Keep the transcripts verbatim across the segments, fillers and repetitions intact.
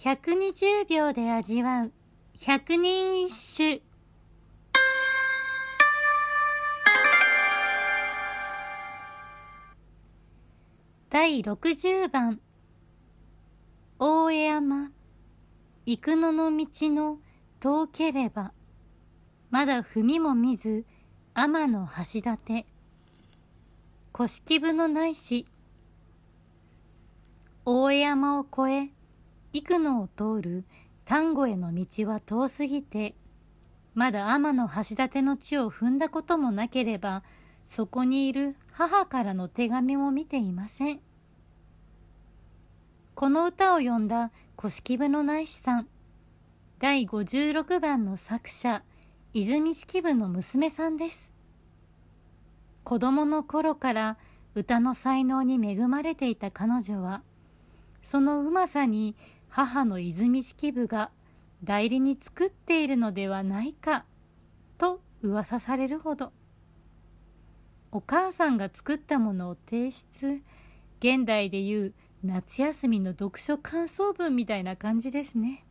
ひゃくにじゅうびょうで味わう百人一首。だいろくじゅうばん。大江山。幾野の道の遠ければ、まだ踏みも見ず天の橋立。古式部のないし。大江山を越え幾野を通る丹後への道は遠すぎて、まだ天の橋立の地を踏んだこともなければ、そこにいる母からの手紙も見ていません。この歌を詠んだ古式部のないしさん、だいごじゅうろくばんの作者、泉式部の娘さんです。子供の頃から歌の才能に恵まれていた彼女は、そのうまさに母の泉式部が代理に作っているのではないかと噂されるほど。お母さんが作ったものを提出、現代でいう夏休みの読書感想文みたいな感じですね。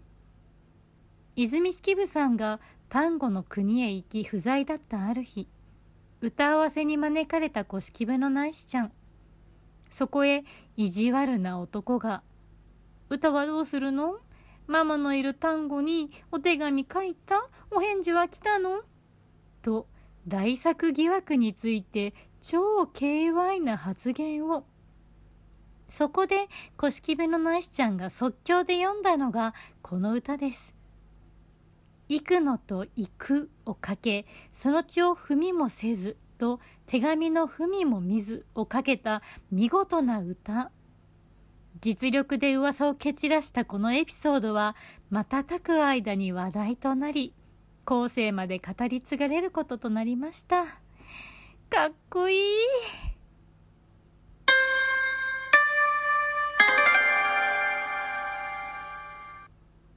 泉式部さんが丹後の国へ行き不在だったある日、歌合わせに招かれた古式部のないしちゃん。そこへ意地悪な男が、歌はどうするの？ママのいる丹後にお手紙書いた？お返事は来たの？と大作疑惑について超軽猥な発言を。そこで古式部のないしちゃんが即興で読んだのがこの歌です。幾野と行くをかけ、その地を踏みもせずと手紙の踏みも見ずをかけた見事な歌。実力で噂を蹴散らしたこのエピソードは瞬く間に話題となり、後世まで語り継がれることとなりました。かっこいい。